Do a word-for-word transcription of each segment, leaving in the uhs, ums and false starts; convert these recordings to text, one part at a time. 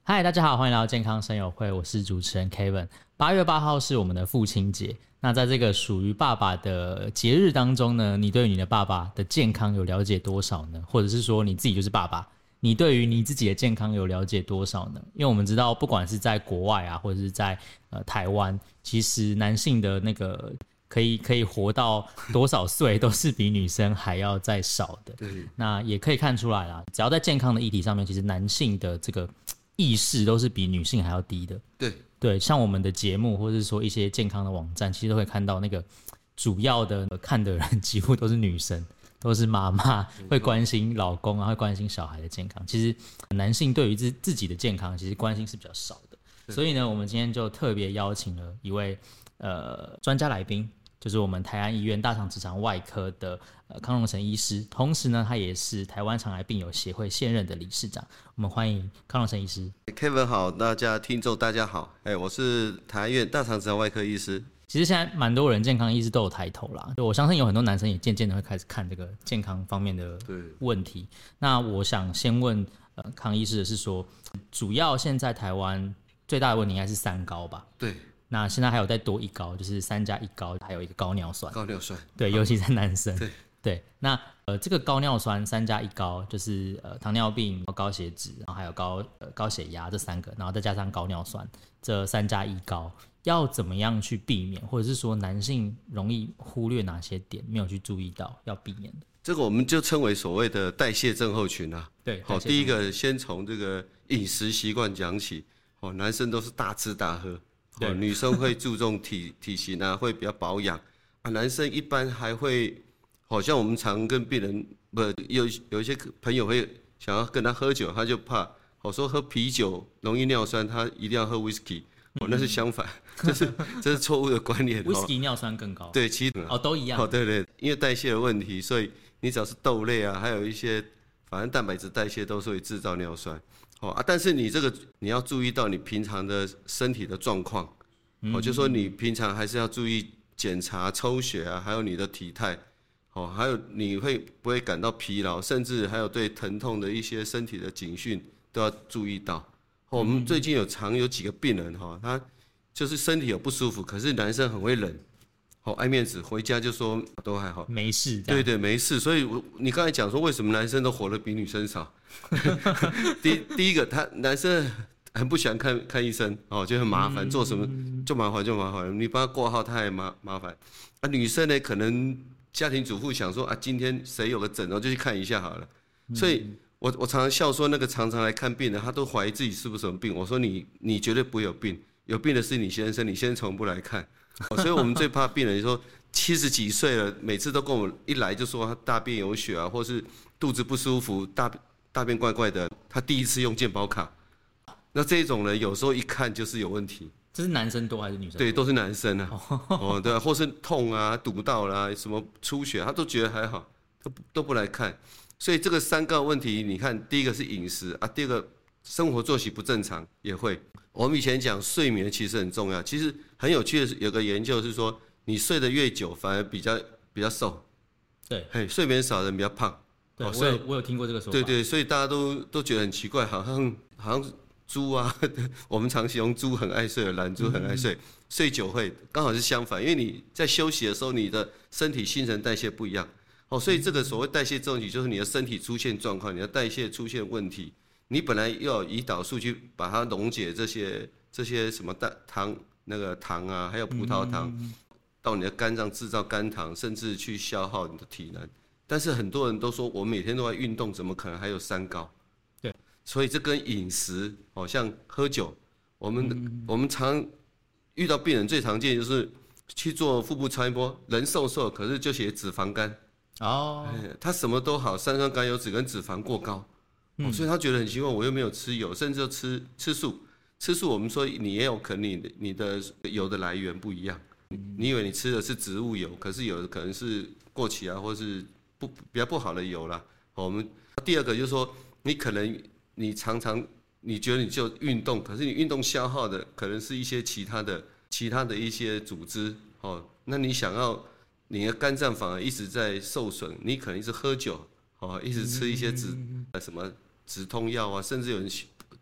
嗨，大家好，欢迎来到健康声友会，我是主持人 Kevin。八月八号是我们的父亲节，那在这个属于爸爸的节日当中呢，你对于你的爸爸的健康有了解多少呢？或者是说你自己就是爸爸，你对于你自己的健康有了解多少呢？因为我们知道，不管是在国外啊，或者是在呃台湾，其实男性的那个可以可以活到多少岁，都是比女生还要再少的。 对， 那也可以看出来啦，只要在健康的议题上面，其实男性的这个意识都是比女性还要低的。 对对，像我们的节目或者是说一些健康的网站，其实都会看到那个主要的看的人几乎都是女生，都是妈妈，会关心老公啊，会关心小孩的健康。其实男性对于自自己的健康，其实关心是比较少的。所以呢，我们今天就特别邀请了一位呃专家来宾，就是我们台安医院大肠直肠外科的呃康荣成医师，同时呢，他也是台湾肠癌病友协会现任的理事长。我们欢迎康荣成医师。 Kevin 好，大家听众大家好，哎，我是台安医院大肠直肠外科医师。 其实现在蛮多人健康意识都有抬头啦，我相信有很多男生也渐渐的会开始看这个健康方面的问题。那我想先问呃康医师的是说，主要现在台湾最大的问题应该是三高吧？ 对。 那现在还有再多一高，就是三加一高，还有一个高尿酸。 高尿酸， 对，尤其在男生。 对对，那呃，这个高尿酸三加一高，就是呃糖尿病、高血脂，然后还有高呃高血压这三个，然后再加上高尿酸，这三加一高，要怎么样去避免，或者是说男性容易忽略哪些点没有去注意到要避免的？ 这个我们就称为所谓的代谢症候群啊。 对， 好，第一个先从这个饮食习惯讲起。哦，男生都是大吃大喝。哦，女生会注重体体型啊，会比较保养啊。男生一般还会，好像我们常跟病人不有有一些朋友会想要跟他喝酒，他就怕，我说喝啤酒容易尿酸，他一定要喝 whisky。哦，那是相反，这是这是错误的观念。 whisky 尿酸更高。 对，其实哦都一样。 哦，对对，因为代谢的问题，所以你只要是豆类啊，还有一些反正蛋白质代谢都是会制造尿酸。哦啊，但是你这个你要注意到你平常的身体的状况，哦，就说你平常还是要注意检查抽血啊，还有你的体态，哦，还有你会不会感到疲劳，甚至还有对疼痛的一些身体的警讯都要注意到。哦，我们最近有常有几个病人哈，他就是身体有不舒服，可是男生很会忍，哦，爱面子，回家就说都还好， 没事。 对对，没事。所以我你刚才讲说为什么男生都活得比女生少？第第一个，他男生很不喜欢看看医生，哦，就很麻烦，做什么就麻烦就麻烦，你帮他挂号他也麻麻烦。啊，女生呢，可能家庭主妇想说啊，今天谁有个诊，然后就去看一下好了。所以我我常常笑说，那个常常来看病的，他都怀疑自己是不是有病。我说你你绝对不会有病，有病的是你先生，你先生从不来看。哦，所以我们最怕病人说七十几岁了，每次都跟我一来就说他大便有血啊，或是肚子不舒服，大大便怪怪的，他第一次用健保卡。那这种人有时候一看就是有问题。 这是男生多还是女生多？ 对，都是男生啊。哦，对啊，或是痛啊、堵到啦、啊、什么出血，他都觉得还好，都都不来看。所以这个三个问题，你看，第一个是饮食啊，第二个生活作息不正常也会。我们以前讲睡眠其实很重要，其实很有趣的是，有个研究是说，你睡得越久，反而比较比较瘦。 对， 嘿，睡眠少的人比较胖。 对，哦，我有我有听过这个说法。 对对，所以大家都都觉得很奇怪，好像好像猪啊，我们常形容猪很爱睡，懒猪很爱睡，嗯、睡久会刚好是相反，因为你在休息的时候，你的身体新陈代谢不一样。哦，所以这个所谓代谢症候群，就是你的身体出现状况，你的代谢出现问题。你本来要有胰岛素去把它溶解这些这些什么糖那个糖啊，还有葡萄糖，嗯、到你的肝脏制造肝糖，甚至去消耗你的体能。但是很多人都说我每天都在运动，怎么可能还有三高？ 对， 所以这跟饮食，哦，像喝酒，我们、嗯、我们常遇到病人最常见就是去做腹部超音波，人瘦瘦，可是就写脂肪肝。哦，他什么都好，三酸甘油脂跟脂肪过高。哦，所以他觉得很奇怪，我又没有吃油，甚至就吃吃素。吃素，我们说你也有可能你的你的油的来源不一样。你以为你吃的是植物油，可是有的可能是过期啊，或是不比较不好的油啦。我们第二个就是说，你可能你常常你觉得你就运动，可是你运动消耗的可能是一些其他的其他的一些组织。哦，那你想要你的肝脏反而一直在受损，你可能一直喝酒。哦，一直吃一些止呃什么止痛药啊，甚至有人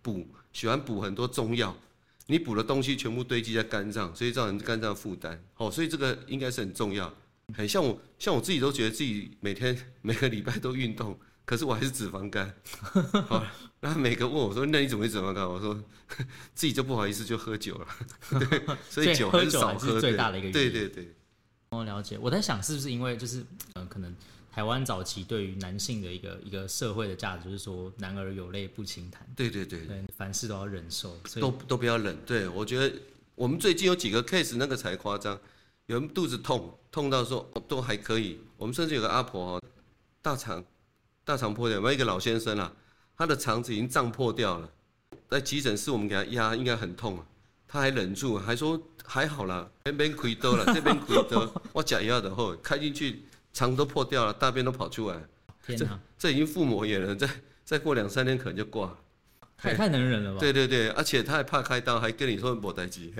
补，喜欢补很多中药，你补的东西全部堆积在肝脏，所以造成肝脏负担。哦，所以这个应该是很重要。很像我，像我自己都觉得自己每天每个礼拜都运动，可是我还是脂肪肝。好，然后每个问我说：“那你怎么会脂肪肝？”我说：“自己就不好意思就喝酒了。”对，所以酒很少喝， 是最大的一个原因。 对对对。 我了解，我在想是不是因为就是呃，可能台湾早期对于男性的一个一个社会的价值，就是说男儿有泪不轻弹。 对对对， 对，凡事都要忍受，所以都都不要忍。对，我觉得我们最近有几个 case 那个才夸张。有人肚子痛，痛到说、哦、都还可以。我们甚至有个阿婆哦，大肠大肠破掉，有一个老先生啊，他的肠子已经胀破掉了，在急诊室我们给他压，应该很痛啊，他还忍住，还说还好啦，那边亏多了，这边亏多，我假药的后开进去，肠都破掉了，大便都跑出来了， 天哪， 这这已经腹膜炎了，再再过两三天可能就挂了。 太太能忍了吧？ 对对对，而且他还怕开刀，还跟你说没代志。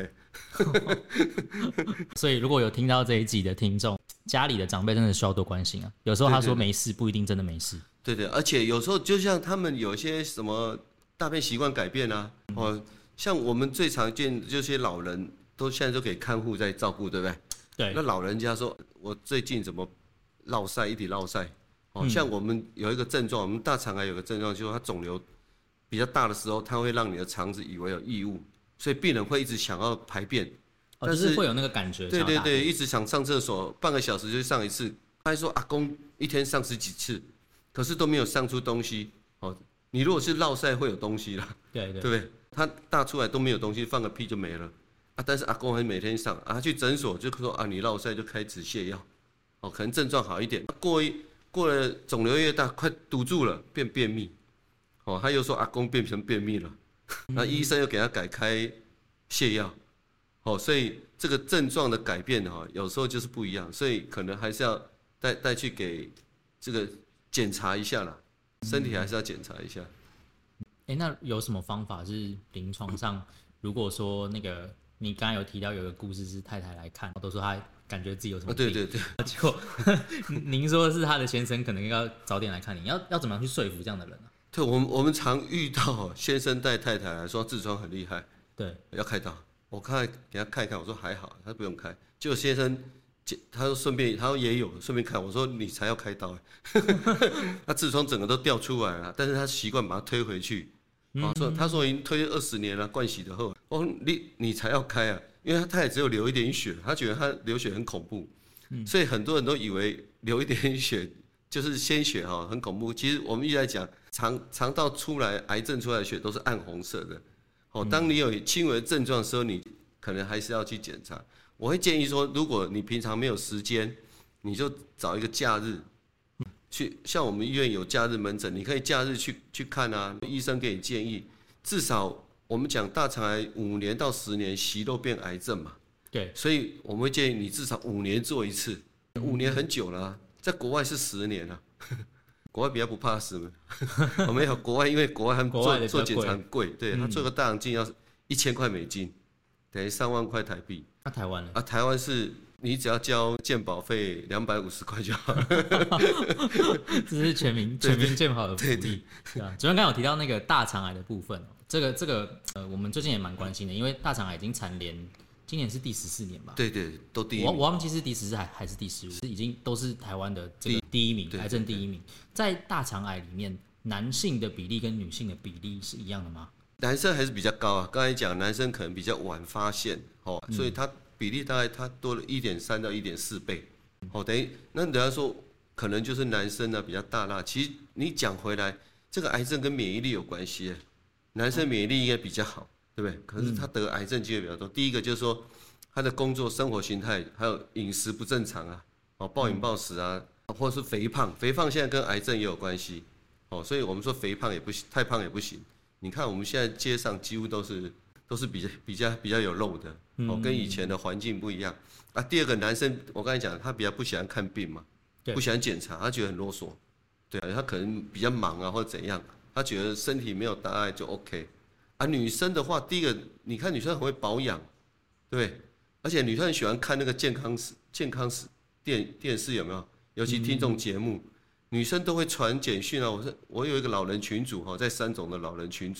所以如果有听到这一集的听众，家里的长辈真的需要多关心啊。有时候他说没事，不一定真的没事。 对对，而且有时候就像他们有些什么大便习惯改变啊， 嗯、 哦，像我们最常见的这些老人，都现在都给看护在照顾，对不对？ 对。 那老人家说，我最近怎么落晒，一直落晒。哦，像我们有一个症状，我们大肠癌有个症状，就是它肿瘤比较大的时候，它会让你的肠子以为有异物，所以病人会一直想要排便， 哦、但是、就是会有那个感觉。 对对对，一直想上厕所，半个小时就上一次。他还说阿公一天上十几次，可是都没有上出东西。哦，你如果是落晒会有东西啦， 对对， 对不对？他大出来都没有东西，放个屁就没了啊。但是阿公还每天上啊，去诊所就说啊，你落晒就开止泻药，哦，可能症状好一点，过一过了肿瘤越大，快堵住了，变便秘。哦，他又说阿公变成便秘了，那医生又给他改开泻药，哦，所以这个症状的改变哈，有时候就是不一样，所以可能还是要带带去给这个检查一下啦，身体还是要检查一下。 哎、欸，那有什么方法是临床上，如果说那个你刚才有提到有个故事是太太来看，都说她感觉自己有什么病， 哦、对对对， 结果您说的是她的先生可能要早点来看你，要要怎么样去说服这样的人呢、啊？ 对，我们我们常遇到先生带太太来说痔疮很厉害， 对， 要开刀。我看给他看一看，我说还好，他不用开。结果先生，他说顺便，他说也有，顺便看。我说你才要开刀，他痔疮整个都掉出来了，但是他习惯把它推回去。哦，说他说已经推二十年了，灌洗的后，哦你你才要开啊，因为他他也只有流一点血，他觉得他流血很恐怖，嗯、所以很多人都以为流一点血就是鲜血哈，很恐怖。其实我们一直在讲。肠肠道出来癌症出来的血都是暗红色的，哦，当你有轻微的症状的时候，你可能还是要去检查。我会建议说，如果你平常没有时间，你就找一个假日去，像我们医院有假日门诊，你可以假日去去看啊。医生给你建议，至少我们讲大肠癌五年到十年息肉变癌症嘛， 对， 所以我们会建议你至少五年做一次，五年很久了、啊，在国外是十年了、啊。国外比较不怕死，我们有国外，因为国外他们做做检查很贵，对、嗯、他做个大肠镜要一千块美金，等于三万块台币。 那、啊、台湾呢？ 啊，台湾是你只要交健保费两百五十块就好了。 这是全民全民健保的福利。对对对啊，主任刚刚有提到那个大肠癌的部分，这个这个呃，我们最近也蛮关心的，因为大肠癌已经蝉联。今年是第十四年吧？ 对对，都第一名。 我我忘记是第十四还还是第十五，是已经都是台湾的这个第一名，癌症第一名。在大肠癌里面，男性的比例跟女性的比例是一样的吗？ 男生还是比较高啊。刚才讲男生可能比较晚发现，哦，所以他比例大概他多了一点三到一点四倍，哦，等于那人家说可能就是男生呢比较大辣。其实你讲回来，这个癌症跟免疫力有关系，男生免疫力应该比较好。对不对？可是他得癌症机会比较多。嗯、第一个就是说，他的工作生活形态还有饮食不正常啊，哦，暴饮暴食啊，嗯、或者是肥胖，肥胖现在跟癌症也有关系，哦，所以我们说肥胖也不行，太胖也不行。你看我们现在街上几乎都是都是比较比较比较有肉的，哦，跟以前的环境不一样啊。第二个，男生我刚才讲，他比较不喜欢看病嘛，不喜欢检查，他觉得很啰嗦，对啊，他可能比较忙啊或者怎样，他觉得身体没有大碍就 OK。啊，女生的话，第一个，你看女生很会保养，对不对？而且女生很喜欢看那个健康史、健康史电电视有没有？尤其听这种节目，嗯、女生都会传简讯啊。我是我有一个老人群组哈，在三种的老人群组，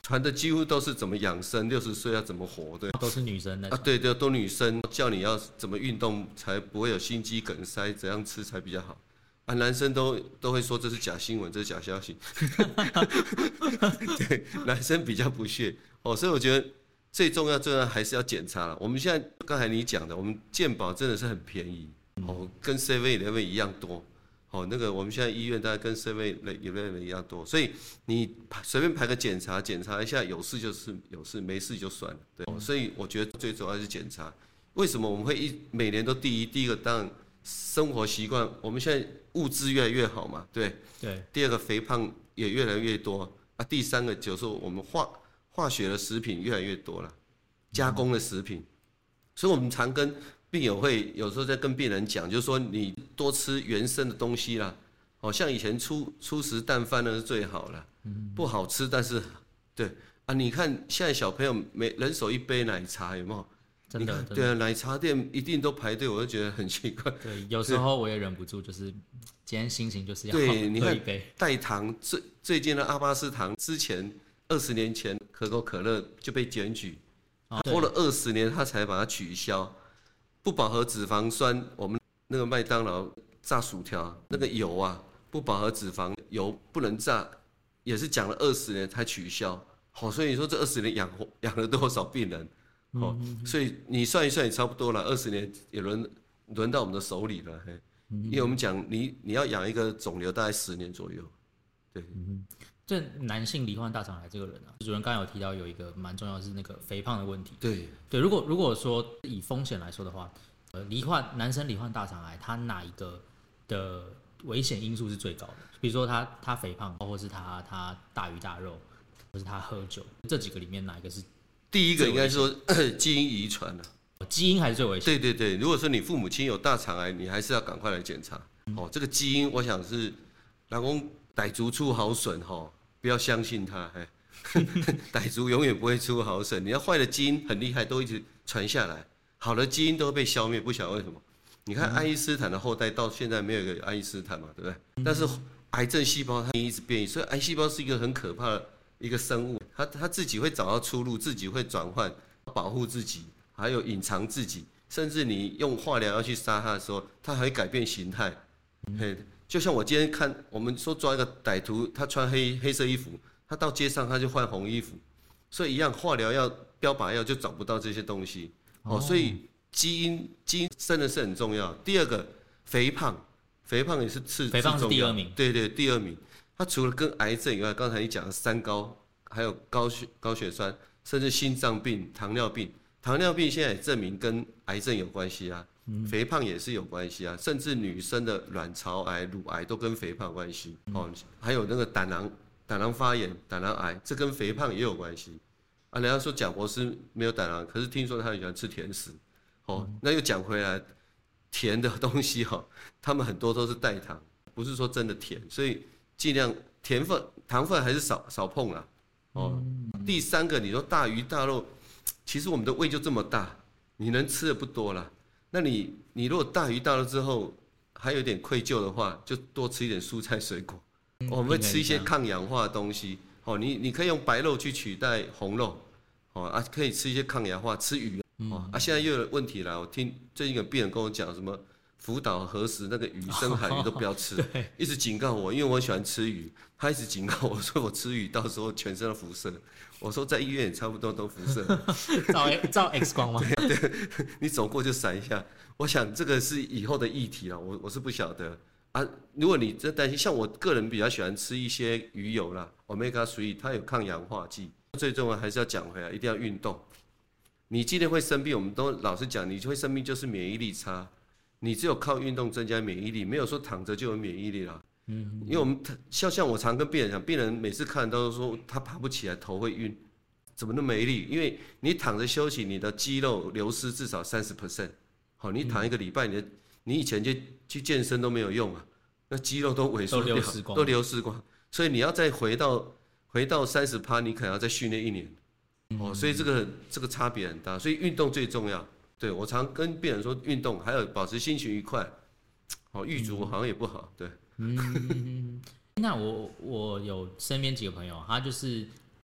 传的几乎都是怎么养生，六十岁要怎么活，对， 都是女生的啊，对对，都女生叫你要怎么运动才不会有心肌梗塞，怎样吃才比较好。啊，男生都都会说这是假新闻，这是假消息。对，男生比较不屑哦，所以我觉得最重要、最重要还是要检查了。我们现在刚才你讲的，我们健保真的是很便宜哦，跟 seven eleven 一样多。哦，那个我们现在医院大概跟 seven eleven 一样多，所以你随便排个检查，检查一下有事就是有事，没事就算了。对，哦、所以我觉得最主要是检查。为什么我们会一每年都第一？第一个当然生活习惯，我们现在物质越来越好嘛，对。 对。 第二个肥胖也越来越多啊，第三个就是我们化化学的食品越来越多了，加工的食品，所以我们常跟病友会有时候在跟病人讲，就是说你多吃原生的东西啦，好像以前粗粗食淡饭那是最好了，不好吃，但是对啊，你看现在小朋友每人手一杯奶茶，有没有？ 真的， 对啊，奶茶店一定都排队，我就觉得很奇怪。 对，有时候我也忍不住，就是今天心情就是要喝一杯。 代糖最最近的阿巴斯糖，之前二十年前可口可乐就被检举，哦、拖了二十年他才把它取消。不饱和脂肪酸，我们那个麦当劳炸薯条那个油啊，不饱和脂肪油不能炸，也是讲了二十年才取消。好、哦，所以你说这二十年养活养了多少病人？哦，所以你算一算也差不多了，二十年也轮轮到我们的手里了。嘿，因为我们讲你你要养一个肿瘤大概十年左右，对。 嗯，这男性罹患大肠癌这个人啊，主任刚才有提到有一个蛮重要的是那个肥胖的问题。 对对，如果如果说以风险来说的话，呃，罹患男生罹患大肠癌，他哪一个的危险因素是最高的？比如说他他肥胖，或是他他大鱼大肉，或是他喝酒，这几个里面哪一个是？ 第一个应该说基因遗传了， 基因还是最危险。 对对对，如果说你父母亲有大肠癌，你还是要赶快来检查。哦，这个基因我想是，老公傣族出好笋哈，不要相信他，哎，傣族永远不会出好笋。你要坏的基因很厉害，都一直传下来，好的基因都被消灭，不晓得为什么。你看爱因斯坦的后代到现在没有一个爱因斯坦嘛，对不对？但是癌症细胞它一直变异，所以癌细胞是一个很可怕的一个生物。他他自己会找到出路，自己会转换，保护自己，还有隐藏自己，甚至你用化疗要去杀他的时候，他还会改变形态。嘿，就像我今天看，我们说抓一个歹徒，他穿黑黑色衣服，他到街上他就换红衣服，所以一样化疗药、标靶药就找不到这些东西。哦，所以基因基因真的是很重要。第二个，肥胖，肥胖也是次肥胖是第二名。 对对，第二名。它除了跟癌症以外，刚才你讲的三高。还有高血高血栓，甚至心脏病、糖尿病。糖尿病现在也证明跟癌症有关系啊，嗯、肥胖也是有关系啊，甚至女生的卵巢癌、乳癌都跟肥胖有关系。哦，还有那个胆囊胆囊发炎、胆囊癌，这跟肥胖也有关系。啊，人家说蒋博士没有胆囊，可是听说他很喜欢吃甜食。哦，那又讲回来，甜的东西哈、哦，他们很多都是代糖，不是说真的甜，所以尽量甜分、糖分还是少少碰啦。哦，第三个，你说大鱼大肉，其实我们的胃就这么大，你能吃的不多啦。那你你如果大鱼大肉之后还有点愧疚的话，就多吃一点蔬菜水果。嗯、我们会吃一些抗氧化的东西。哦，你你可以用白肉去取代红肉。哦啊，可以吃一些抗氧化，吃鱼。哦啊，现在又有问题了。我听最近有病人跟我讲什么。福岛核食那个鱼，深海鱼都不要吃， 哦、 一直警告我，因为我很喜欢吃鱼，他一直警告我说我吃鱼到时候全身都辐射。我说在医院也差不多都辐射， 照照 X 光吗？ 对对，你走过就闪一下。我想这个是以后的议题了，我我是不晓得啊。如果你真担心，像我个人比较喜欢吃一些鱼油啦 ，omega 三，它有抗氧化剂。最重要还是要讲回来，一定要运动。你今天会生病，我们都老实讲，你会生病就是免疫力差。你只有靠运动增加免疫力，没有说躺着就有免疫力啦。嗯，因为我们像像我常跟病人讲，病人每次看都说他爬不起来，头会晕，怎么那么没力？因为你躺着休息，你的肌肉流失至少三十 percent。好，你躺一个礼拜，你的你以前去去健身都没有用啊，那肌肉都萎缩掉，都流失光。所以你要再回到回到三十趴，你可能要再训练一年。哦，所以这个这个差别很大，所以运动最重要。对，我常跟病人说运动，还有保持心情愉快。好，郁卒好像也不好，对。 嗯，那我我有身边几个朋友，他就是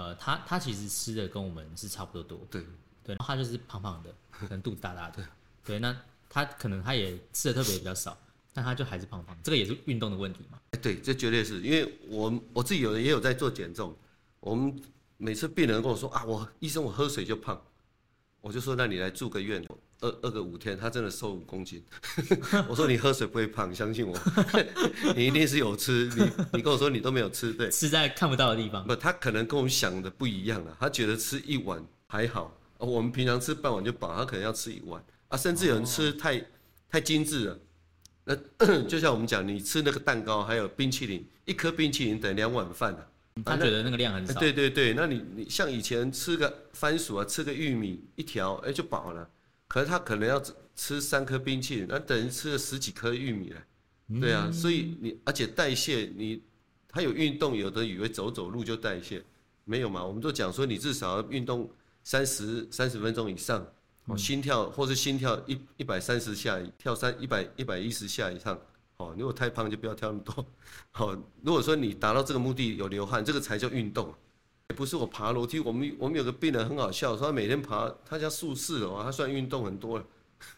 呃，他他其实吃的跟我们是差不多多， 对对，然后他就是胖胖的，可能肚子大大的，对，那他可能他也吃的特别比较少，但他就还是胖胖，这个也是运动的问题嘛？ 对，这绝对是因为我我自己有也有在做减重，我们每次病人跟我说啊，我医生我喝水就胖，我就说那你来住个院，饿饿个五天，他真的瘦五公斤。我说你喝水不会胖，相信我，你一定是有吃，你你跟我说你都没有吃，对， 吃在看不到的地方。 不，他可能跟我们想的不一样了，他觉得吃一碗还好，我们平常吃半碗就饱，他可能要吃一碗啊，甚至有人吃太、哦、太精致了。那就像我们讲，你吃那个蛋糕还有冰淇淋，一颗冰淇淋等两碗饭啊。 他觉得那个量很少。 对对对，那你你像以前吃个番薯啊，吃个玉米一条，哎、欸、就饱了。可是他可能要吃三颗冰淇淋，那等于吃了十几颗玉米了。对啊，所以你而且代谢你，他有运动，有的以为走走路就代谢，没有嘛？我们都讲说你至少要运动三十三十分钟以上，哦，心跳或是心跳一一百三十下，跳三一百一百一十下以上。哦，如果太胖就不要跳那么多。好、哦，如果说你达到这个目的有流汗，这个才叫运动，不是我爬楼梯。我们我们有个病人很好笑，说他每天爬，他家住四楼啊，他算运动很多了。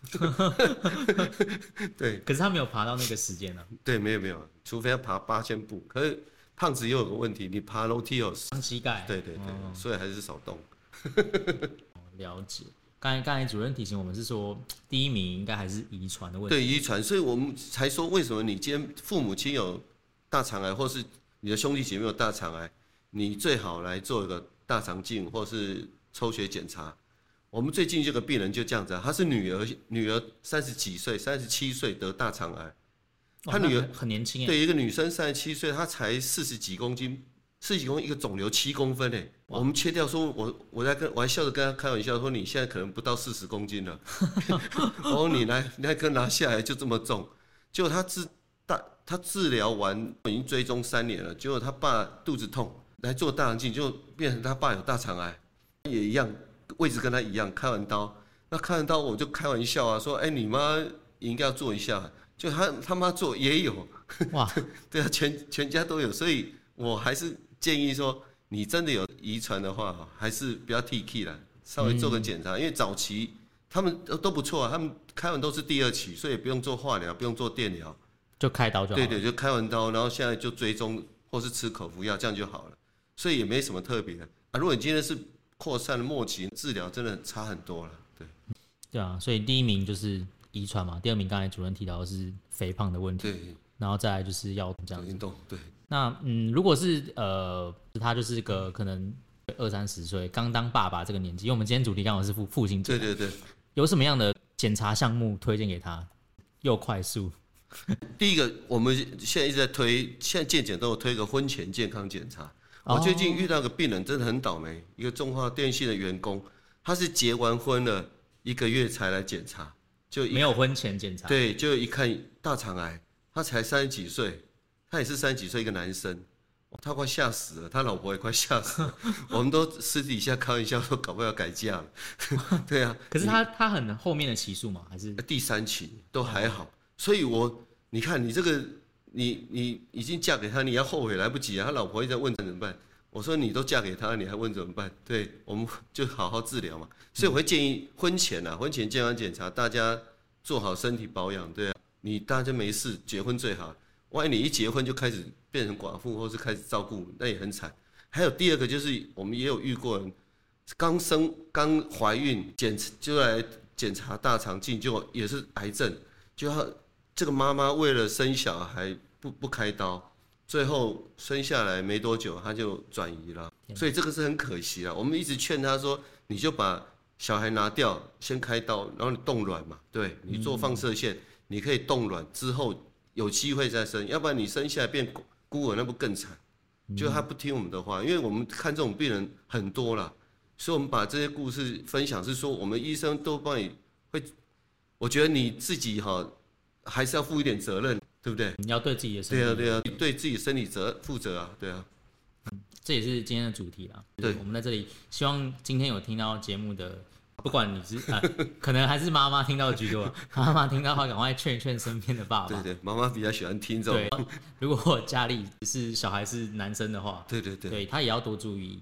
对， 可是他没有爬到那个时间啊。 对，没有没有，除非要爬八千步。可是胖子又有个问题，你爬楼梯有伤膝盖。 对对对，哦、所以还是少动。 了解。刚才刚才主任提醒我们是说，第一名应该还是遗传的问题。 对，遗传，所以我们才说为什么你今天父母亲有大肠癌，或是你的兄弟姐妹有大肠癌，你最好来做一个大肠镜或是抽血检查。我们最近这个病人就这样子、啊，她是女儿，女儿三十几岁，三十七岁得大肠癌，她女儿很年轻哎。 对，一个女生三十七岁，她才四十几公斤。四十几公斤一个肿瘤七公分诶，我们切掉说，我我在跟我还笑着跟他开玩笑说，你现在可能不到四十公斤了。我说你来，你那颗拿下来就这么重，结果他治大他治疗完已经追踪三年了，结果他爸肚子痛来做大肠镜，就变成他爸有大肠癌，也一样位置跟他一样，开完刀，那开完刀我就开玩笑啊，说哎、欸、你妈也应该要做一下，就他他妈做也有，哇，对啊，全全家都有，所以我还是。建议说，你真的有遗传的话，还是不要 T K 了，稍微做个检查，嗯、因为早期他们都不错啊，他们开完都是第二期，所以不用做化疗，不用做电疗， 就开刀就好了。 对对，就开完刀，然后现在就追踪或是吃口服药，这样就好了，所以也没什么特别的啊。如果你今天是扩散的末期，治疗真的差很多了，对。 对啊，所以第一名就是遗传嘛，第二名刚才主任提到的是肥胖的问题， 对， 然后再来就是要这样子运动，对。 那嗯，如果是呃，他就是个可能二三十岁刚当爸爸这个年纪，因为我们今天主题刚好是父父亲节， 对对对， 有什么样的检查项目推荐给他？又快速。 第一个，我们现在一直在推，现在健检都有推一个婚前健康检查。我最近遇到个病人真的很倒霉，一个中华电信的员工，他是结完婚了一个月才来检查，就没有婚前检查。 对，就一看大肠癌，他才三十几岁。他也是三十几岁一个男生，他快吓死了，他老婆也快吓死了。我们都私底下开玩笑说，搞不好要改嫁了。对啊， 可是他他很后面的期数吗？还是第三期都还好。所以我你看你这个，你你已经嫁给他，你要后悔来不及啊。他老婆一直在问怎么办，我说你都嫁给他，你还问怎么办？对，我们就好好治疗嘛。所以我会建议婚前啊，婚前健康检查，大家做好身体保养。对啊，你大家没事，结婚最好。万一你一结婚就开始变成寡妇，或是开始照顾，那也很惨。还有第二个就是，我们也有遇过人，刚生刚怀孕检就来检查大肠镜，就也是癌症，就要这个妈妈为了生小孩不不开刀，最后生下来没多久她就转移了，所以这个是很可惜了。我们一直劝她说，你就把小孩拿掉，先开刀，然后你冻卵嘛，对你做放射线，你可以冻卵之后。有机会再生，要不然你生下来变孤儿，那不更惨？就他不听我们的话，因为我们看这种病人很多啦，所以我们把这些故事分享，是说我们医生都帮你会，我觉得你自己哈还是要负一点责任，对不对？ 你要对自己的身体， 对啊对啊，对自己身体责负责啊，对啊。 嗯，这也是今天的主题啦。 对， 我们在这里希望今天有听到节目的。不管你是啊、呃，可能还是妈妈听到居多，妈妈听到的话，赶快劝一劝身边的爸爸。 对对，妈妈比较喜欢听这种。 对，如果家里是小孩是男生的话， 对对对， 对他也要多注意，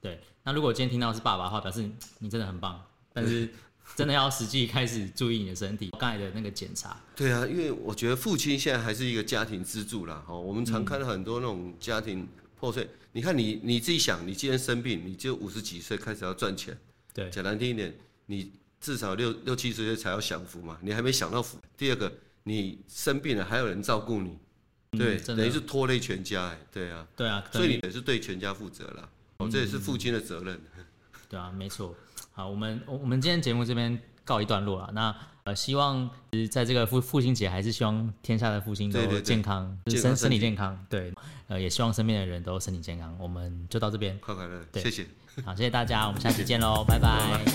对，那如果今天听到是爸爸的话，表示你真的很棒，但是真的要实际开始注意你的身体。刚才的那个检查， 对啊，因为我觉得父亲现在还是一个家庭支柱啦。哦，我们常看到很多那种家庭破碎。嗯、你看你你自己想，你今天生病，你就五十几岁开始要赚钱， 对， 讲难听一点，你至少六六七十岁才要享福嘛，你还没享到福。第二个，你生病了还有人照顾你，对，嗯、等于是拖累全家，哎，对啊， 对啊， 所以你也是对全家负责啦。哦，这也是父亲的责任。嗯、 对啊，没错。好，我们我们今天节目这边告一段落了。那呃，希望在这个父父亲节，还是希望天下的父亲都健康，就是身身体健康。对，呃，也希望身边的人都身体健康。我们就到这边， 快快乐，谢谢。 好，谢谢大家，我们下期见喽，拜拜。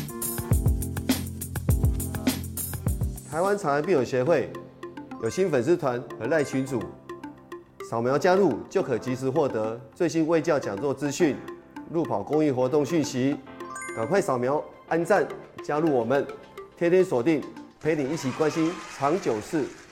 台湾肠癌病友协会有新粉丝团和赖群组，扫描加入就可及时获得最新卫教讲座资讯、路跑公益活动讯息。赶快扫描、按赞，加入我们，天天锁定，陪你一起关心长久事。